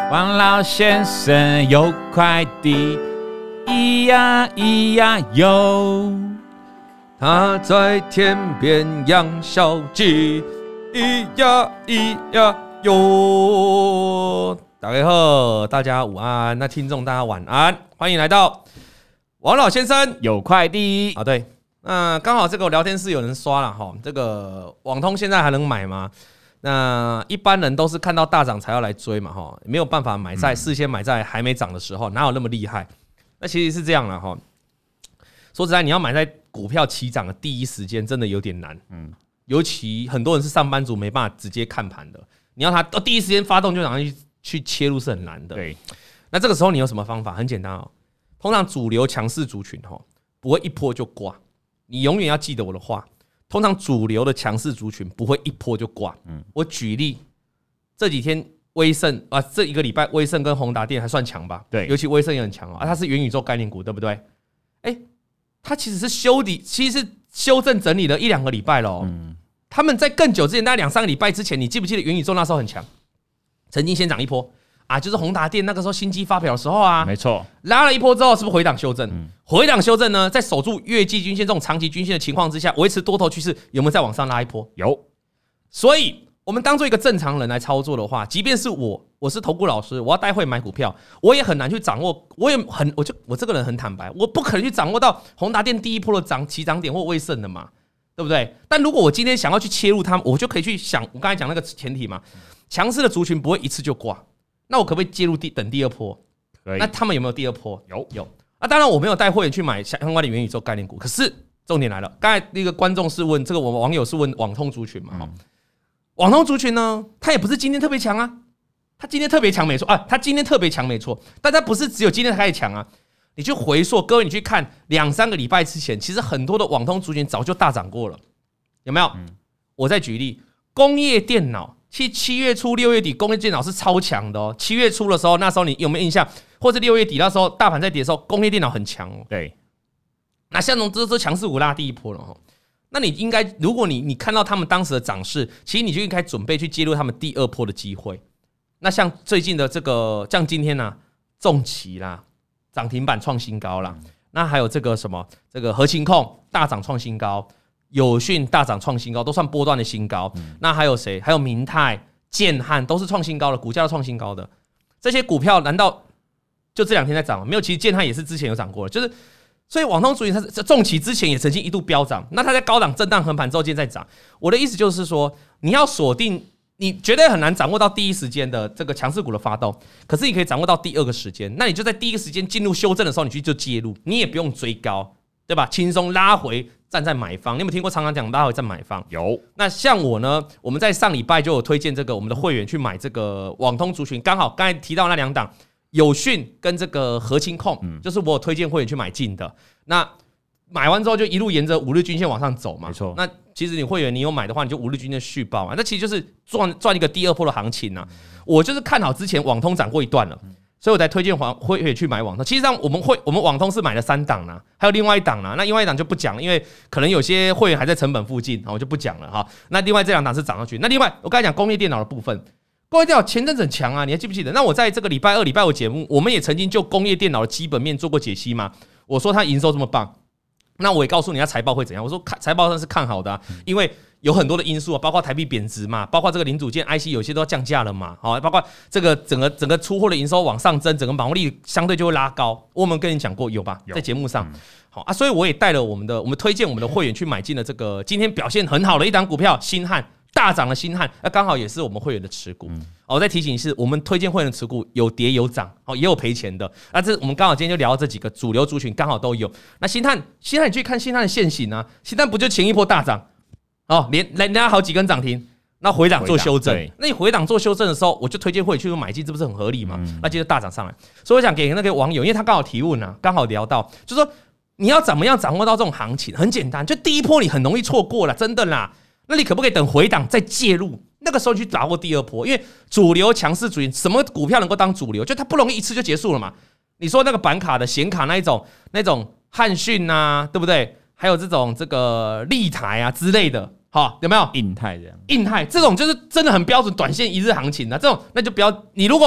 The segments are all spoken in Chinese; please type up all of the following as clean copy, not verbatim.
王老先生有快递，咿呀咿呀哟， 他在天边养小鸡，咿呀咿呀哟。大家好，大家午安，那听众大家晚安，欢迎来到王老先生有快递啊。对，那刚好这个聊天室有人刷了哈，这个网通现在还能买吗？那一般人都是看到大涨才要来追嘛哈，没有办法买在事先买在还没涨的时候，哪有那么厉害？那其实是这样了哈。说实在，你要买在股票起涨的第一时间，真的有点难。尤其很多人是上班族，没办法直接看盘的。你要他第一时间发动就马上去切入是很难的。 对， 那这个时候你有什么方法？很简单哦。通常主流强势族群不会一波就挂，你永远要记得我的话。通常主流的强势族群不会一波就挂。我举例，这几天威盛啊，这一个礼拜威盛跟宏达电还算强吧？ 对， 尤其威盛也很强哦。它是元宇宙概念股，对不对？它其实是其实是修正整理了1-2个礼拜了。他们在更久之前，大概2-3个礼拜之前，你记不记得元宇宙那时候很强，曾经先涨一波啊，就是宏达电那个时候新机发表的时候啊， 没错， 拉了一波之后，是不是回档修正？回档修正呢，在守住月季均线这种长期均线的情况之下，维持多头趋势，有没有再往上拉一波？有。所以，我们当做一个正常人来操作的话，即便是我是投顾老师，我要待会买股票，我也很难去掌握，我这个人很坦白，我不可能去掌握到宏达电第一波的起涨点或威盛的嘛，对不对？但如果我今天想要去切入他们，我就可以去想，我刚才讲那个前提嘛，强势的族群不会一次就挂。那我可不可以介入等第二波？可以。那他们有没有第二波？有。啊，当然我没有带会员去买相关的元宇宙概念股，可是重点来了，刚才那个观众是问这个，我们网友是问网通族群嘛？网通族群呢，它也不是今天特别强啊，它今天特别强没错啊，它今天特别强没错，但它不是只有今天才开始强啊。你去回溯，各位你去看2-3个礼拜之前，其实很多的网通族群早就大涨过了，有没有？我再举例，工业电脑。7月初6月底工业电脑是超强的哦。7月初的时候，那时候你有没有印象？或者6月底那时候大盘在跌的时候，工业电脑很强哦。 对， 那像这都强势股拉第一波了哦。那你应该，如果你看到他们当时的涨势，其实你就应该准备去介入他们第二波的机会。那像最近的这个，像今天啊，重骑啦，涨停板创新高啦。那还有这个什么，这个合勤控大涨创新高。友讯大涨创新高，都算波段的新高。那还有谁？还有明泰、建汉都是创新高的，股价都创新高的。这些股票难道就这2天在涨吗？没有，其实建汉也是之前有涨过的，就是所以网通族群它是重骑之前也曾经一度飙涨，那它在高档震荡横盘之后，今天在涨。我的意思就是说，你要锁定，你绝对很难掌握到第一时间的这个强势股的发动，可是你可以掌握到第二个时间，那你就在第一个时间进入修正的时候，你去就介入，你也不用追高，对吧？轻松拉回。站在买方，你有没有听过常常讲拉回站买方？有。那像我呢，我们在上礼拜就有推荐这个我们的会员去买这个网通族群，刚好刚才提到那2档，友讯跟这个合勤控，就是我有推荐会员去买进的。那买完之后就一路沿着5日均线往上走嘛，没错。那其实你会员你有买的话，你就5日均线续报嘛，那其实就是赚一个第二波的行情啊。我就是看好之前网通涨过一段了。所以我才推荐会员去买网通。其实上我们网通是买了3档啦，还有另外1档啦。那另外1档就不讲了，因为可能有些会员还在成本附近，我就不讲了哈。那另外这2档是涨上去。那另外我刚才讲工业电脑的部分，工业电脑前阵子很强啊，你还记不记得？那我在这个礼拜2、礼拜5节目，我们也曾经就工业电脑的基本面做过解析嘛。我说它营收这么棒，那我也告诉你它财报会怎样。我说财报上是看好的啊，因为有很多的因素啊，包括台币贬值嘛，包括这个零组件 IC 有些都要降价了嘛，好，包括这个整个出货的营收往上增，整个毛利相对就会拉高。我们跟你讲过有吧？在节目上，好啊，所以我也带了我们推荐我们的会员去买进了这个今天表现很好的一档股票新汉。大涨的新汉，刚好也是我们会员的持股。我再提醒是，我们推荐会员的持股有跌有涨，也有赔钱的。那这我们刚好今天就聊到这几个主流族群，刚好都有。那新汉你去看新汉的现形啊，新汉不就前一波大涨？连拉好几根涨停，那回档做修正，那你回档做修正的时候，我就推荐会员去买进，这不是很合理吗？那接着大涨上来，所以我想给那个网友，因为他刚好提问啊，刚好聊到，就说你要怎么样掌握到这种行情？很简单，就第一波你很容易错过了，真的啦。那你可不可以等回档再介入？那个时候去把握第二波，因为主流强势族群，什么股票能够当主流？就它不容易一次就结束了嘛。你说那个板卡的显卡那种汉讯啊，对不对？还有这个立台啊之类的，好，有没有？ 印泰这样， 印泰这种就是真的很标准短线一日行情啊，这种那就不要。你如果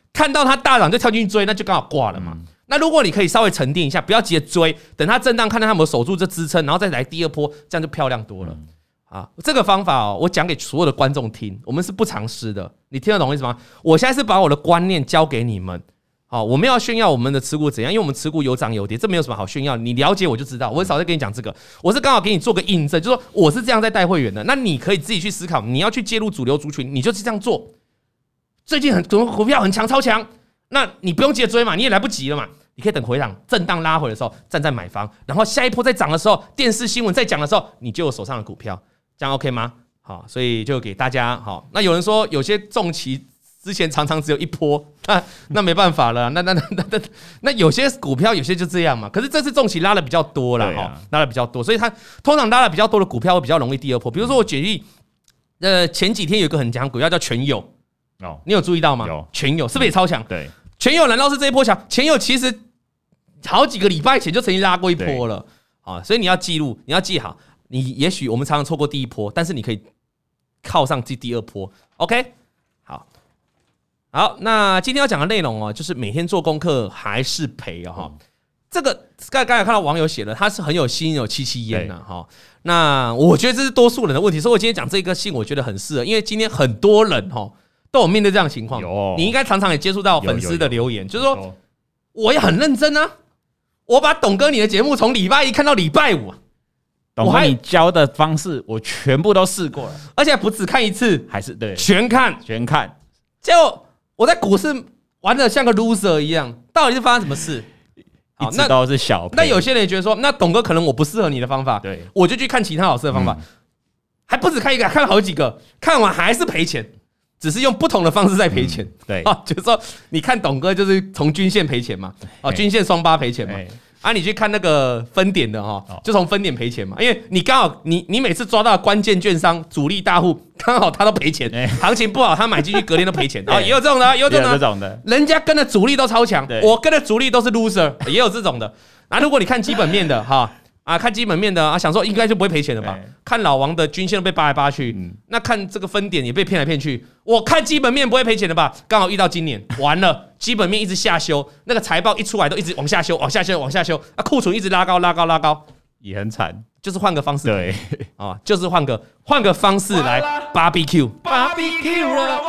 看到它大涨就跳进去追，那就刚好挂了嘛。那如果你可以稍微沉淀一下，不要急着追，等它震荡，看到它有没有守住这支撑，然后再来第二波，这样就漂亮多了。这个方法我讲给所有的观众听，我们是不藏私的，你听得懂我意思吗？我现在是把我的观念教给你们。我们要炫耀我们的持股怎样，因为我们持股有涨有跌，这没有什么好炫耀。你了解我就知道，我很少在跟你讲这个，我是刚好给你做个印证，就是说我是这样在带会员的。那你可以自己去思考，你要去介入主流族群，你就是这样做。最近很多股票很强超强，那你不用急着追嘛，你也来不及了嘛。你可以等回档震荡拉回的时候站在买方，然后下一波再涨的时候，电视新闻再讲的时候，你就有手上的股票，这样 OK 吗？好，所以就给大家好。那有人说有些重期之前常常只有一波，那没办法了。那有些股票有些就这样嘛。可是这次重期拉的比较多了拉的比较多，所以它通常拉的比较多的股票会比较容易第二波。比如说我举例，前几天有一个很强股票叫全友，你有注意到吗？有，全友是不是也超强？对，全友难道是这一波强？全友其实好几个礼拜前就曾经拉过一波了所以你要记录，你要记好。你也许我们常常错过第一波，但是你可以靠上第二波。OK， 好，那今天要讲的内容就是每天做功课还是赔这个刚才看到网友写了，他是很有心有戚焉那我觉得这是多数人的问题，所以我今天讲这个信，我觉得很适合，因为今天很多人都有面对这样的情况。你应该常常也接触到粉丝的留言，就是说我也很认真啊，我把董哥你的节目从礼拜一看到礼拜五董哥你教的方式我全部都试过了， 而且不只看一次， 还是对全看。结果我在股市玩的像个 loser 一样，到底是发生什么事？ 一直都是小赔。 那有些人也觉得说，那董哥可能我不适合你的方法，对，我就去看其他老师的方法，还不止看一个，看好几个，看完还是赔钱，只是用不同的方式在赔钱。对，就是说你看董哥就是从均线赔钱嘛，均线双8赔钱嘛。你去看那个分点的就从分点赔钱嘛，因为你刚好你每次抓到关键券商主力大户，刚好他都赔钱，行情不好他买进去隔天都赔钱也有这种的，有这种的，人家跟的主力都超强，我跟的主力都是 loser， 也有这种的。如果你看基本面的看基本面的想说应该就不会赔钱了吧？看老王的均线都被扒来扒去，那看这个分点也被骗来骗去。我看基本面不会赔钱的吧？刚好遇到今年，完了，基本面一直下修，那个财报一出来都一直往下修，往下库存一直拉高， 也很惨。 就是换个方式，对就是换个方式来 barbecue 了。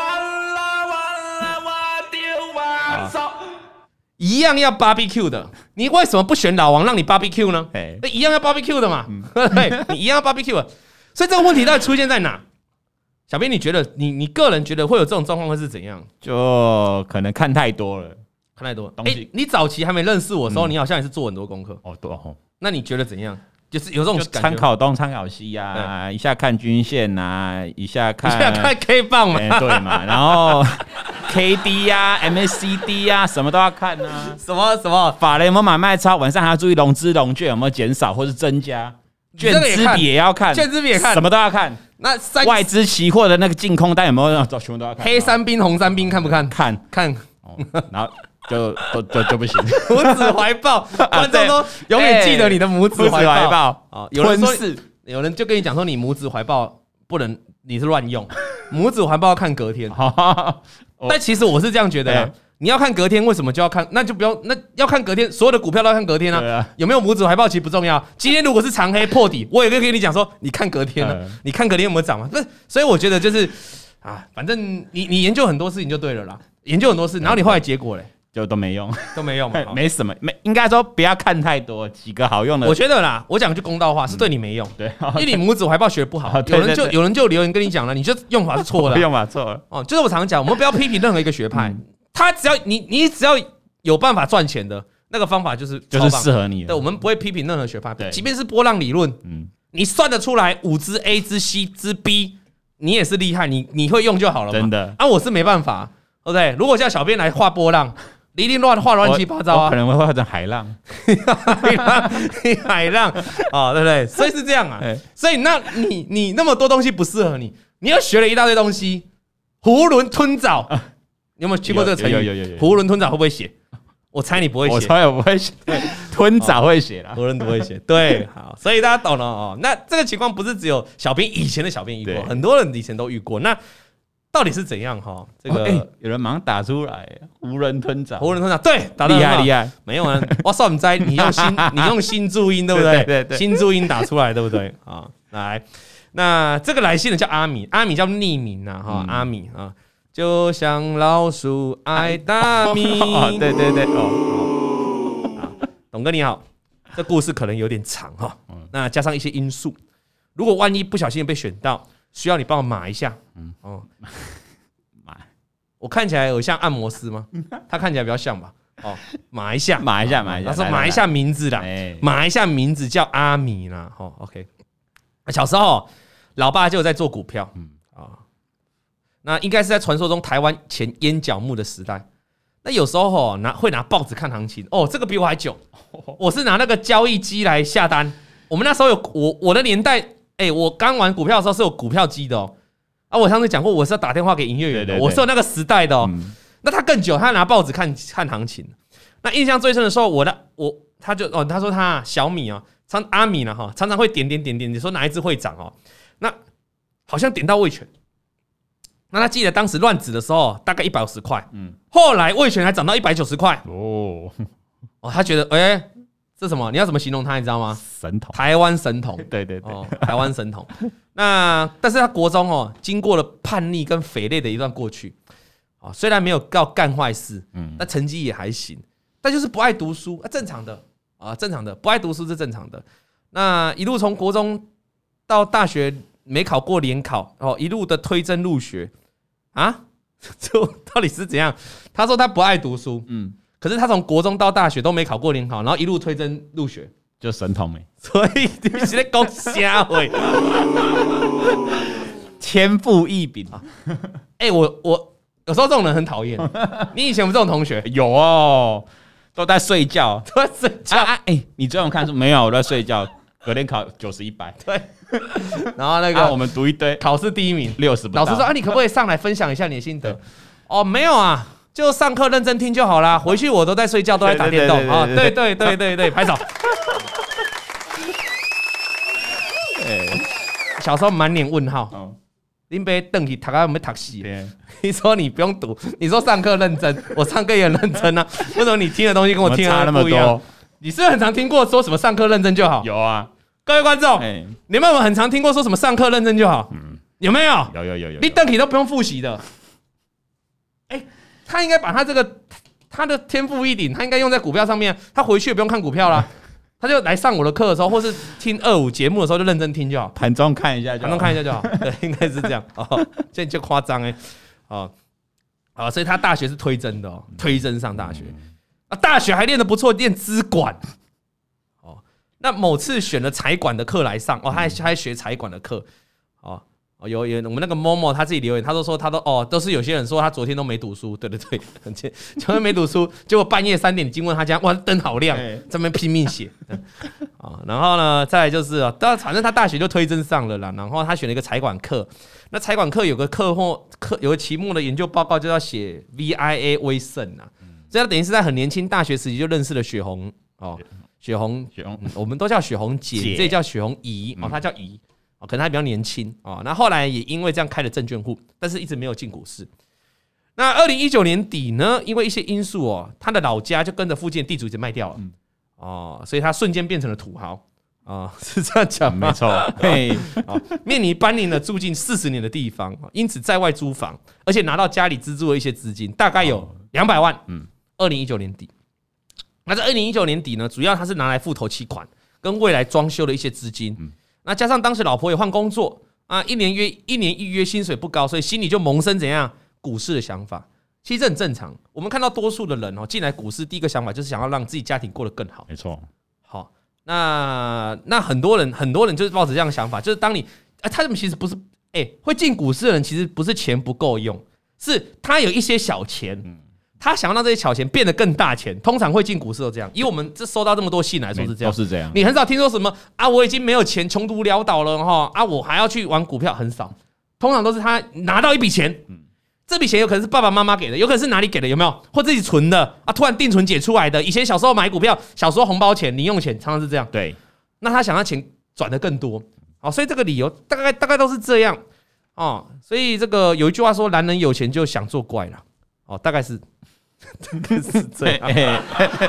一样要 barbecue 的，你为什么不选老王让你 barbecue 呢？一样要 barbecue 的嘛，对，你一样要 barbecue 的。所以这个问题到底出现在哪？小编，你觉得你个人觉得会有这种状况会是怎样？ 就可能看太多了， 东西。你早期还没认识我的时候，你好像也是做很多功课对那你觉得怎样？就是有这种感觉， 参考东参考西一下看均线一下看 K 棒嘛， 对嘛，然后 KD MACD 什么都要看什么法人有没有买卖超，晚上还要注意融资融券有没有减少或是增加，券资比也要看，什么都要看。那外资期货的那个净空单有没有全部都要看。 黑三兵红三兵看不看？看然后就不行。 拇指怀抱，观众都永远记得你的拇指怀抱。有人就跟你讲说，你拇指怀抱不能，你是乱用。拇指怀抱要看隔天。但其实我是这样觉得啦。你要看隔天，为什么就要看？那就不用，那要看隔天，所有的股票都要看隔天啊。有没有拇指怀抱其实不重要。今天如果是长黑破底，我也可以跟你讲说，你看隔天了，你看隔天有没有涨嘛？不是，所以我觉得就是反正你研究很多事情就对了啦，研究很多事，然后你后来结果嘞？ 就都没用嘛， 没什么，应该说不要看太多，几个好用的。 我觉得啦，我讲句公道话，是对你没用，对，因为你拇指怀抱学不好，有人就留言跟你讲了，你就用法是错的， 用法错了就是我常讲，我们不要批评任何一个学派，他只要你只要有办法赚钱的那个方法就是适合你的。 对，我们不会批评任何学派，即便是波浪理论，你算得出来5支 A 支 C 支 B， 你也是厉害，你会用就好了嘛。真的我是没办法，对不对？如果叫小编来画波浪。你一定画乱七八糟可能会画成海浪， 海浪对不对？所以是这样所以那你那么多东西不适合你，你又学了一大堆东西，囫囵吞枣，你有没有听过这个成语？有。囫囵吞枣会不会写？我猜你不会写， 我猜我不会写，吞枣会写啦， 囫囵不会写。对，好，所以大家懂了那这个情况不是只有小编以前的小编遇过，很多人以前都遇过。那到底是怎样哈？这个有人马上打出来，无人吞枣， 对，打得厉害， 没有啊，我算不知你用新注音对不对？ 对， 新注音打出来对不对啊？来，那这个来信的叫阿米叫匿名啊哈，阿米啊，就像老鼠爱大米， 对董哥你好，这故事可能有点长哈，那加上一些因素，如果万一不小心被选到，需要你帮我码一下，我看起来有像按摩师吗？他看起来比较像吧。码一下。他说码一下名字啦，码一下名字叫阿米啦。OK。小时候，老爸就有在做股票，那应该是在传说中台湾前烟角木的时代。那有时候会拿报纸看行情，这个比我还久。我是拿那个交易机来下单。我们那时候有我的年代，我刚玩股票的时候是有股票机的我上次讲过，我是要打电话给营业员的，我是有那个时代的那他更久，他拿报纸看行情。那印象最深的时候，他说他小米阿米呢常常会点，你说哪一只会涨那好像点到味全。那他记得当时乱指的时候大概150块，后来味全还涨到190块他觉得这什么？你要怎么形容他？你知道吗？ 神童， 台湾神童。 对， 台湾神童。但是他国中经过了叛逆跟匪类的一段过去虽然没有干坏事，但成绩也还行，但就是不爱读书正常的正常的，不爱读书是正常的。那一路从国中到大学没考过联考一路的推甄入学就到底是怎样？他说他不爱读书，可是他从国中到大学都没考过联考，然后一路推甄入学， 就神童所以你是在讲啥话？ 天赋异禀我有时候这种人很讨厌。你以前有这种同学？ 有都在睡觉，你最后看书没有？我都在睡觉，隔天考90、100。 对，然后那个我们读一堆， 考试第一名 60不到。 老师说你可不可以上来分享一下你的心得？没有就上课认真听就好啦，回去我都在睡觉，都在打电动对，拍手。小时候满脸问号，林北邓起读到有没有读死？你说你不用读，你说上课认真，我上课也很认真为什么你听的东西跟我听的不一样？你是不是很常听过说什么上课认真就好？ 有啊， 各位观众，你们有没有很常听过说什么上课认真就好？有没有？ 有， 你邓起都不用复习的。他应该把他的天赋异禀，他应该用在股票上面。他回去也不用看股票啦，他就来上我的课的时候，或是听25节目的时候就认真听就好， 盘中看一下就好。对，应该是这样这就夸张所以他大学是推甄的推甄上大学大学还练得不错，练资管那某次选了财管的课来上他还学财管的课有我们那个Momo他自己留言，他都说都是有些人说他昨天都没读书，对，昨天没读书，结果半夜3点你经过他家，哇，灯好亮，在那边拼命写然后呢，再来就是反正他大学就推甄上了啦，然后他选了一个财管课，那财管课有个有个期末的研究报告就要写 VIA 威盛所以他等于是在很年轻大学时期就认识了雪红雪红我们都叫雪红姐，这也叫雪红姨她叫姨。可能他比较年轻那后来也因为这样开了证券户，但是一直没有进股市。那2019年底呢，因为一些因素他的老家就跟着附近的地主一直卖掉了所以他瞬间变成了土豪是这样讲吗？ 没错面临搬离了住进40年的地方，因此在外租房，而且拿到家里资助的一些资金，大概有200万。2019年底，那在2019年底呢，主要他是拿来付头期款跟未来装修的一些资金。那加上当时老婆也换工作一年一约薪水不高，所以心里就萌生怎样股市的想法。其实这很正常，我们看到多数的人进来股市，第一个想法就是想要让自己家庭过得更好。 没错。 好，那很多人就是抱着这样的想法，就是当你他们其实不是会进股市的人，其实不是钱不够用，是他有一些小钱。他想要让这些小钱变得更大钱，通常会进股市都这样。以我们这收到这么多信来说是这样， 都是这样。 你很少听说什么我已经没有钱，穷途潦倒了我还要去玩股票，很少。通常都是他拿到一笔钱，这笔钱有可能是爸爸妈妈给的，有可能是哪里给的，有没有？或自己存的突然定存解出来的。以前小时候买股票，小时候红包钱、零用钱，常常是这样。 对， 那他想要钱转得更多，所以这个理由大概都是这样。 哦，所以这个有一句话说，男人有钱就想做怪了，哦，大概是这样。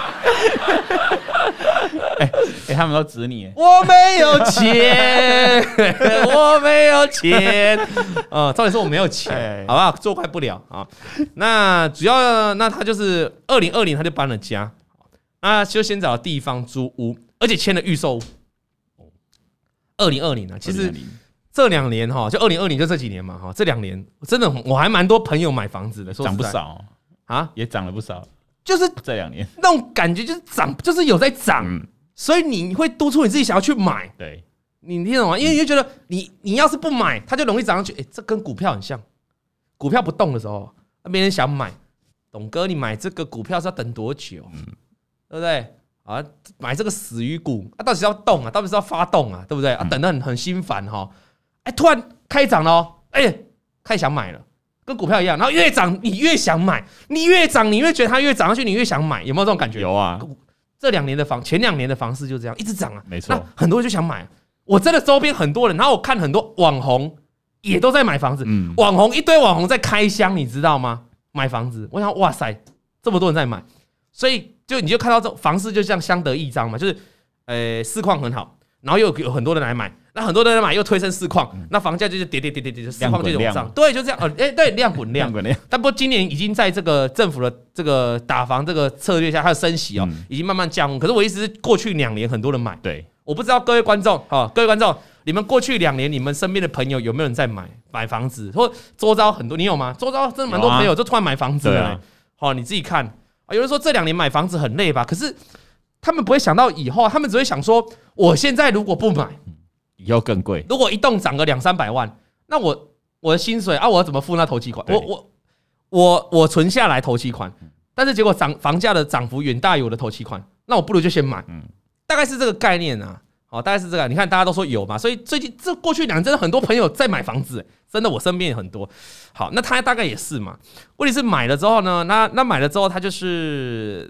他们都指你， 我没有钱，我没有钱，重点是我没有钱，好不好？做怪不了啊。那主要那他就是2020他就搬了家，那就先找地方租屋，而且签了预售屋。2020啊，其实这2年哈，就2020就这几年嘛哈，这2年真的我还蛮多朋友买房子的， 涨不少啊，也涨了不少。 就是这2年那种感觉，就是涨，就是有在涨，所以你会督促你自己想要去买。 对， 你听懂吗？因为你就觉得你要是不买，它就容易涨上去。这跟股票很像，股票不动的时候，没人想买。董哥，你买这个股票是要等多久？对不对？啊，买这个死鱼股，到底是要动啊，到底是要发动啊，对不对？等得很心烦哈。突然开涨了，开始想买了。跟股票一样，然后越涨你越想买，你越涨你越觉得它越涨上去，你越想买，有没有这种感觉？ 有啊， 前2年的房市就这样一直涨啊， 没错， 很多人就想买。我真的周边很多人，然后我看很多网红也都在买房子，网红一堆网红在开箱，你知道吗？买房子，我想哇塞，这么多人在买，所以你就看到这房市就像相得益彰嘛，就是市况很好，然后又有很多人来买。那很多人买又推升市况，那房价就是跌，市况就往上，对，就这样。对，量滚量。但不过今年已经在这个政府的这个打房这个策略下，它的升息已经慢慢降温。可是我意思是，过去2年很多人买， 对， 我不知道各位观众，你们过去2年你们身边的朋友有没有人在买房子，或周遭很多，你有吗？周遭真的蛮多朋友就突然买房子了。你自己看有人说这2年买房子很累吧？可是他们不会想到以后，他们只会想说，我现在如果不买。 以后更贵。 如果一栋涨个200-300万，那我的薪水我要怎么付那头期款？我存下来头期款，但是结果房价的涨幅远大于我的头期款，那我不如就先买。大概是这个概念啊。大概是这个。你看大家都说有嘛，所以最近这过去2年真的很多朋友在买房子，真的我身边也很多。好，那他大概也是嘛。问题是买了之后呢，那买了之后他就是。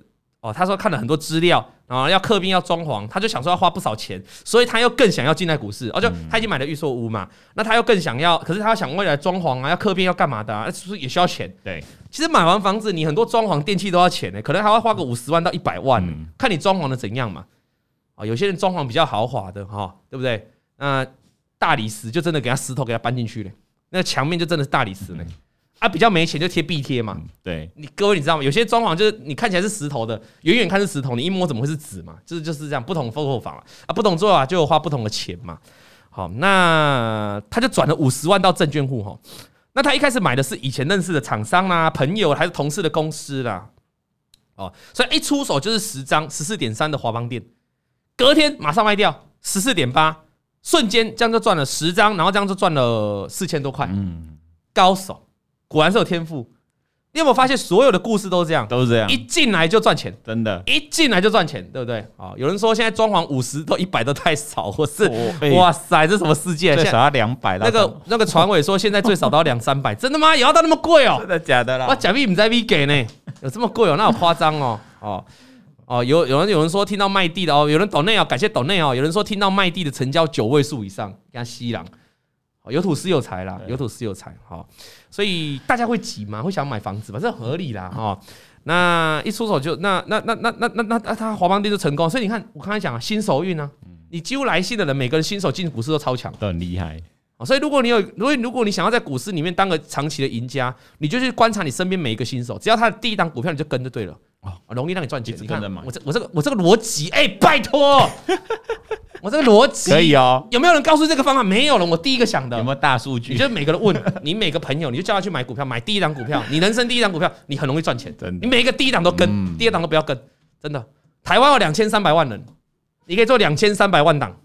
他说看了很多资料，然后要客宾要装潢，他就想说要花不少钱，所以他又更想要进来股市。就他已经买了预售屋嘛，那他又更想要，可是他要想未来装潢啊，要客宾要干嘛的啊，是不是也需要钱？ 对， 其实买完房子，你很多装潢电器都要钱可能还要花个50万到100万，看你装潢的怎样嘛。有些人装潢比较豪华的对不对？那大理石就真的给他石头给他搬进去了，那墙面就真的是大理石呢。比较没钱就贴壁贴嘛。 对， 各位你知道吗？有些装潢就是你看起来是石头的，远远看是石头，你一摸怎么会是纸嘛？就是这样，不同做法不同做法就有花不同的钱嘛。好，那他就转了50万到证券户那他一开始买的是以前认识的厂商啦、朋友还是同事的公司啦。所以一出手就是10张 14.3 的华邦电，隔天马上卖掉 14.8， 瞬间这样就赚了10张，然后这样就赚了4000多块。高手。果然是有天赋，你有没有发现所有的故事都是这样？ 都是这样， 一进来就赚钱， 真的， 一进来就赚钱，对不对？有人说现在装潢50到100都太少，或是哇塞，这什么世界？ 最少要200。 那个传委说现在最少都要200-300，真的吗？也要到那么贵真的假的啦？ 我假币不在 V 给呢，有这么贵那有夸张有人说听到卖地的有人抖内感谢抖内有人说听到卖地的成交9位数以上，给他吸狼。有土斯有财啦，有土斯有财所以大家会急嘛，会想买房子嘛，这合理啦那一出手就那他华邦电就成功，所以你看我刚才讲新手运你几乎来信的人，每个人新手进股市都超强， 都很厉害。 所以如果你想要在股市里面当个长期的赢家，你就去观察你身边每一个新手，只要他的第一档股票你就跟就对了容易让你赚钱。你看我这个逻辑，拜托。我这个逻辑可以有没有人告诉这个方法？没有了，我第一个想的。 有没有大数据？ 你就每个人问你每个朋友，你就叫他去买股票，买第一档股票，你人生第一档股票，你很容易赚钱。真的，你每一个第一档都跟，第二档都不要跟，真的。台湾有2300万人，你可以做2300万档。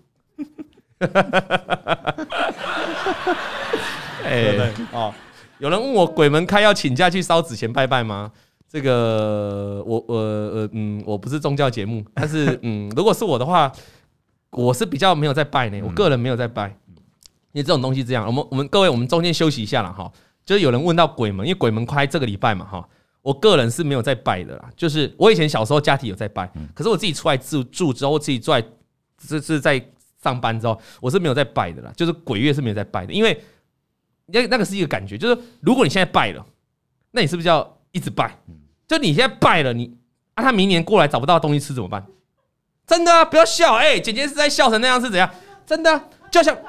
对有人问我鬼门开要请假去烧纸钱拜拜吗？这个我不是宗教节目，但是如果是我的话。我是比较没有在拜呢，我个人没有在拜，因为这种东西这样，我们各位，我们中间休息一下啦就是有人问到鬼门，因为鬼门开这个礼拜嘛我个人是没有在拜的啦，就是我以前小时候家庭有在拜，可是我自己出来住之后，我自己在上班之后，我是没有在拜的啦，就是鬼月是没有在拜的，因为那个是一个感觉，就是如果你现在败了，那你是不是要一直败？就你现在败了，他明年过来找不到东西吃怎么办？真的啊，不要笑，姐姐是在笑成那样是怎样？真的、啊，就像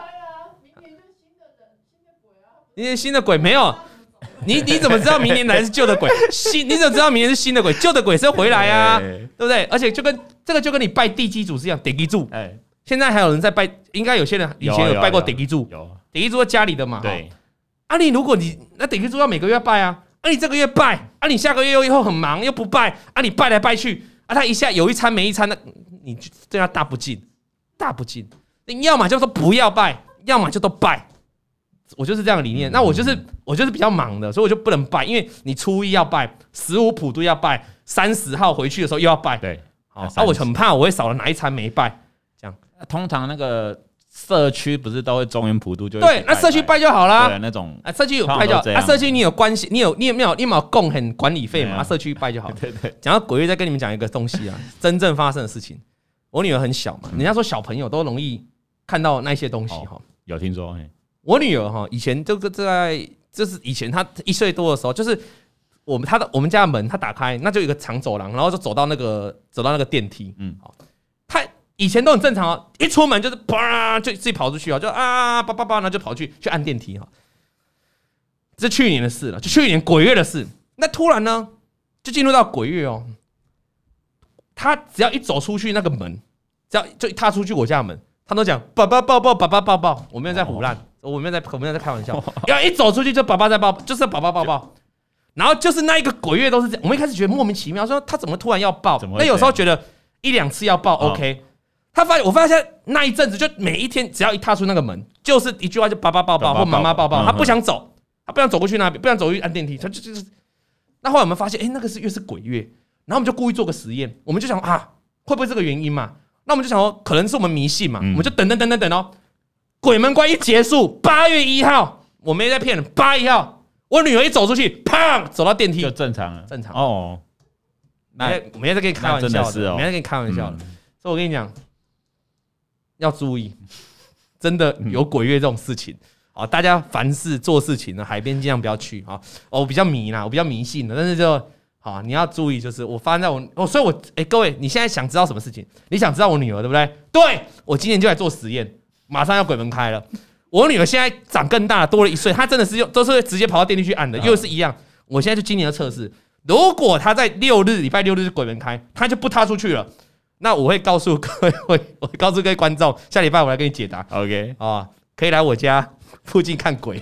明年新的鬼没有。你怎么知道明年来是旧的鬼？你怎么知道明年是新的鬼？旧的鬼是回来啊，对不对？而且就跟你拜地基主是一样，地基主。现在还有人在拜，应该有些人以前有拜过地基主。地基主是家里的嘛？对。如果那地基主要每个月拜啊，你这个月拜，你下个月又很忙又不拜，你拜来拜去，他一下有一餐没一餐，那你对他大不敬，大不敬。你要么就说不要拜，要么就都拜。我就是这样的理念，那我就是比较忙的，所以我就不能拜，因为你初一要拜，15普渡要拜，30号回去的时候又要拜，对，好，我很怕我会少了哪一餐没拜，这样。 通常那个社区不是都会中元普渡就对，那社区拜就好啦， 对，那种社区有拜就好，社区你有关系，你有贡献管理费嘛，社区拜就好。对。讲到鬼月，再跟你们讲一个东西啊，真正发生的事情。我女儿很小嘛，人家说小朋友都容易看到那些东西哈， 有听说。 我女儿以前就是以前她1岁多的时候，就是我们家的门她打开，那就有一个长走廊，然后就走到那个电梯。她以前都很正常哦，一出门就是啪就自己跑出去就叭，然后就跑去按电梯这是去年的事了，就去年鬼月的事。那突然呢，就进入到鬼月哦，她只要一走出去那个门，只要就一踏出去我家的门，她都讲爸爸抱抱，爸爸抱抱，我没有在唬烂。我没有在开玩笑，要一走出去就爸爸在抱，就是爸爸抱抱，然后就是那一个鬼月都是这样。我们一开始觉得莫名其妙，说他怎么突然要抱？那有时候觉得1-2次要抱 OK。我发现那一阵子就每一天只要一踏出那个门，就是一句话就爸爸抱抱或妈妈抱抱，他不想走，他不想走过去那边，不想走去按电梯，他就是。那后来我们发现，那个是鬼月，然后我们就故意做个实验，我们就想会不会这个原因嘛？那我们就想说，可能是我们迷信嘛，我们就等哦。鬼门关一结束，8月1号，我没在骗人，8月1号，我女儿一走出去，砰，走到电梯就正常了， 哦。我没在跟你开玩笑的，没在跟你开玩笑的，所以我跟你讲，要注意，真的有鬼月这种事情大家凡事做事情呢，海边尽量不要去我比较迷啦，我比较迷信的，但是就你要注意，就是我发生在所以我各位，你现在想知道什么事情？你想知道我女儿对不对？对，我今年就来做实验。马上要鬼门开了，我女儿现在长更大了，多了1岁，她真的是都是直接跑到电梯去按的，又是一样。我现在就今年的测试，如果她在礼拜六日是鬼门开，她就不踏出去了，那我会告诉各位，我会告诉各位观众，下礼拜我来跟你解答。 OK 可以来我家附近看鬼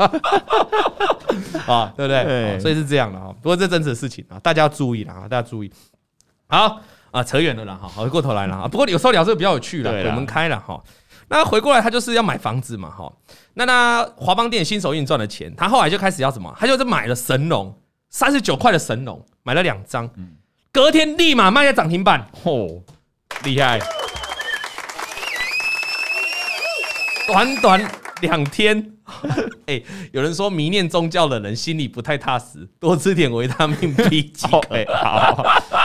对不对？所以是这样的不过这真实的事情大家要注意啦，大家注意。好扯远了啦回过头来了不过有时候聊这个比较有趣啦，鬼门开了那回过来，他就是要买房子嘛，那华邦店新手运赚了钱，他后来就开始要什么？他就是买了神龙，39块的神龙，买了2张，隔天立马卖在涨停板，厉害！短2天，有人说迷恋宗教的人心里不太踏实，多吃点维他命 B 即可。好，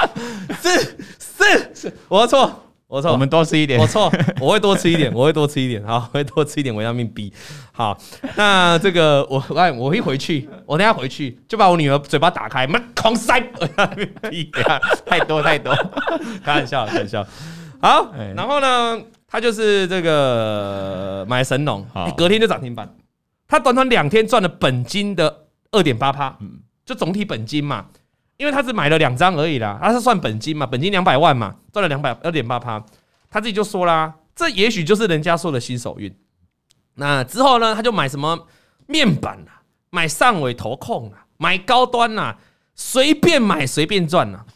是，我错。 我们多吃一点。 我错，我会多吃一点，好，我会多吃一点维他命 B。好，那这个我一回去，我等一下回去就把我女儿嘴巴打开，狂塞维他命 B， 太多，开玩笑。好，然后呢，他就是这个买神农，隔天就涨停板，他短2天赚了本金的2.8%，就总体本金嘛。因为他只买了2张而已啦，他是算本金嘛，本金200万嘛，赚了2.8%，他自己就说啦，这也许就是人家说的新手运。那之后呢，他就买什么面板啦，买上尾投控啦，买高端啦，随便买随便赚啦，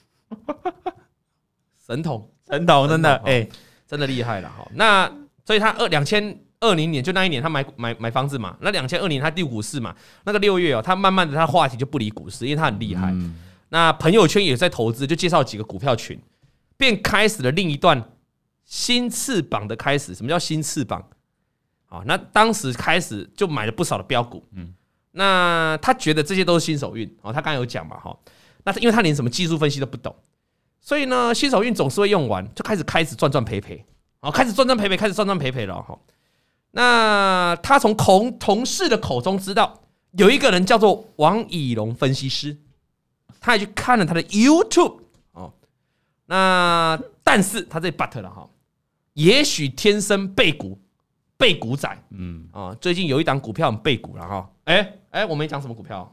神童真的真的厉害了那所以他2020年就那一年他买房子嘛，那2020年他入股市嘛，那个6月他慢慢的他话题就不离股市，因为他很厉害。那朋友圈也在投资，就介绍几个股票群，便开始了另一段新翅膀的开始。什么叫新翅膀？那当时开始就买了不少的标股。那他觉得这些都是新手运。他刚刚有讲嘛，那因为他连什么技术分析都不懂，所以呢，新手运总是会用完，就开始赚赔赔，开始赚赔赔了。 那他从同事的口中知道有一个人叫做王以龙分析师，他也去看了他的 YouTube 哦。那但是他这 but 了哈，也许天生背股仔，最近有一档股票很背股了哈，我没讲什么股票，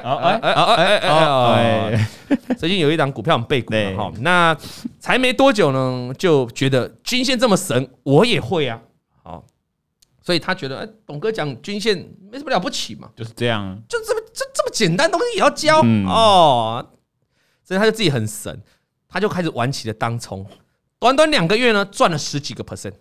最近有一档股票很背股了哈，那才没多久呢，就觉得均线这么神，我也会啊，好，所以他觉得，董哥讲均线没什么了不起嘛， 就是这样， 就这么简单东西也要教哦，所以他就自己很神，他就开始玩起了当冲，短2个月呢，赚了10几个%。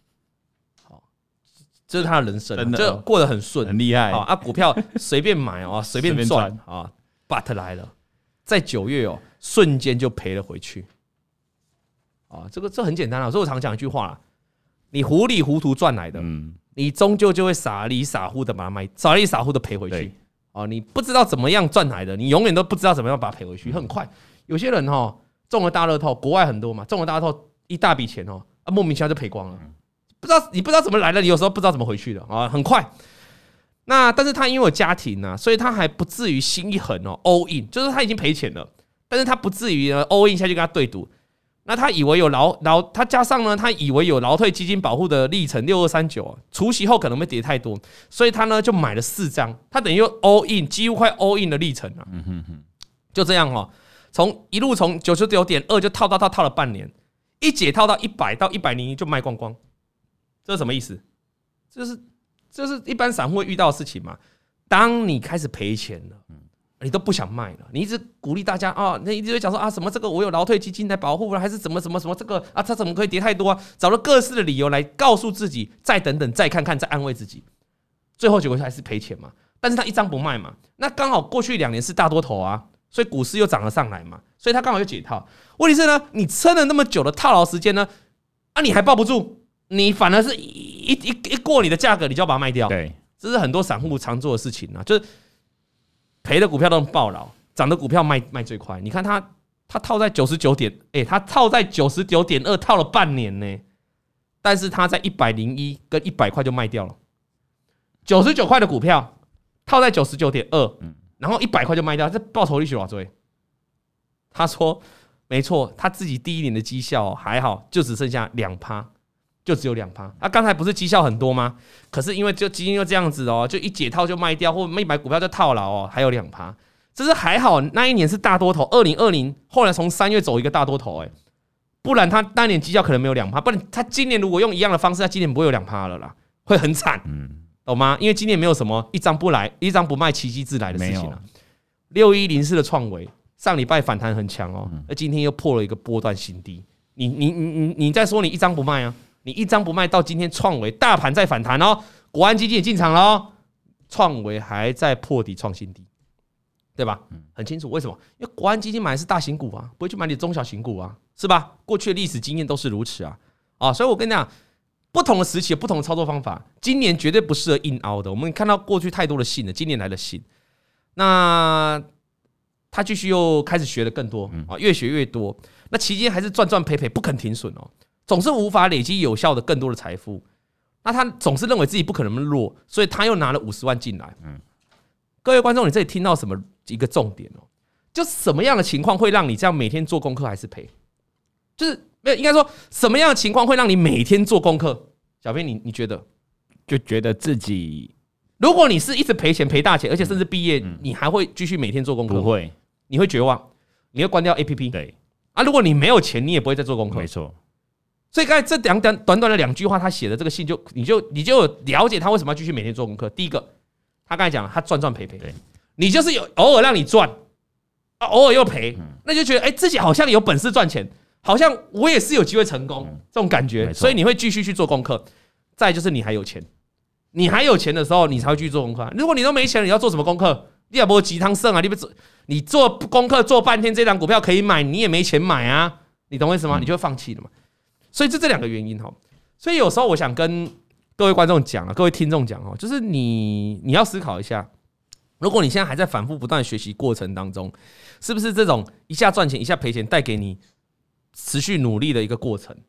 这是他的人生，就过得很顺， 很厉害啊！股票随便买啊，随便赚啊。But 来了，在9月哦，瞬间就赔了回去。啊，这很简单啊。所以我常讲一句话啦：你糊里糊涂赚来的，你终究就会傻里傻乎的把它卖，傻里傻乎的赔回去。啊，你不知道怎么样赚来的，你永远都不知道怎么样把它赔回去，很快。有些人中了大乐透，国外很多嘛，中了大乐透一大笔钱莫名其妙就赔光了。你不知道怎么来的，你有时候不知道怎么回去的啊，很快。那但是他因为有家庭啊，所以他还不至于心一横all in， 就是他已经赔钱了，但是他不至于all in下去跟他对赌。那他以为有他加上呢，他以为有劳退基金保护的历程6239，除息后可能会跌太多，所以他呢就买了4张，他等于又 all in， 几乎快 all in 的历程了。就这样一路从 99.2 就套了半年，一解套到100到101就卖光光。这是什么意思？这是一般散户会遇到的事情嘛。当你开始赔钱了，你都不想卖了，你一直鼓励大家你一直会讲说什么这个我有劳退基金来保护了，还是怎么这个它怎么可以跌太多啊？找了各式的理由来告诉自己，再等等，再看看，再安慰自己。最后结果还是赔钱嘛。但是他一张不卖嘛，那刚好过去2年是大多头啊，所以股市又涨了上来嘛，所以他刚好就解套。问题是呢，你撑了那么久的套牢时间呢，你还抱不住。你反而是一过你的价格，你就要把它卖掉。 对， 这是很多散户常做的事情啊，就是赔的股票都能抱牢，涨的股票卖最快。你看他套在99.，他套在99.2套了半年呢，但是他在101跟100块就卖掉了。99块的股票套在99.2，然后100块就卖掉，这报酬率是多少？他说没错，他自己第1年的绩效还好，就只剩下2%。就只有2%，刚才不是绩效很多吗？可是因为就基金就这样子就一解套就卖掉，或没买股票就套牢还有2%，这是还好那一年是大多头，2020后来从3月走一个大多头不然他那年绩效可能没有2%，不然他今年如果用一样的方式，他今年不会有2%了啦，会很惨，懂吗？因为今年没有什么一张不卖奇迹自来的事情了。6104的创惟上礼拜反弹很强而今天又破了一个波段新低，你再说你一张不卖啊？你一张不卖，到今天创惟大盘在反弹国安基金也进场了创惟还在破底创新低，对吧？很清楚为什么？因为国安基金买的是大型股啊，不会去买你中小型股啊，是吧？过去的历史经验都是如此所以我跟你讲，不同的时期有不同的操作方法，今年绝对不适合硬凹的。我们看到过去太多的信了，今年来的信，那他继续又开始学的更多越学越多，那期间还是赚赔赔，不肯停损总是无法累积有效的更多的财富，那他总是认为自己不可能弱，所以他又拿了50万进来。各位观众，你这里听到什么一个重点就什么样的情况会让你这样每天做功课还是赔？就是没有，应该说什么样的情况会让你每天做功课？小编你觉得？ 就觉得自己， 如果你是一直赔钱赔大钱，而且甚至毕业，你还会继续每天做功课？ 不会， 你会绝望，你会关掉 APP。 对如果你没有钱，你也不会再做功课。 没错。 所以刚才这短短的2句话，他写的这个信你就了解他为什么要继续每天做功课。第一个，他刚才讲他赚赔赔，你就是有偶尔让你赚偶尔又赔，那就觉得自己好像有本事赚钱，好像我也是有机会成功这种感觉，所以你会继续去做功课。再就是你还有钱，你还有钱的时候，你才会继续做功课。如果你都没钱了，你要做什么功课？你也不会鸡汤剩你做功课做半天，这档股票可以买，你也没钱买啊，你懂我意思吗？你就会放弃了嘛。所以这2个原因所以有时候我想跟各位观众讲各位听众讲就是你要思考一下，如果你现在还在反复不断的学习过程当中，是不是这种一下赚钱一下赔钱带给你持续努力的一个过程？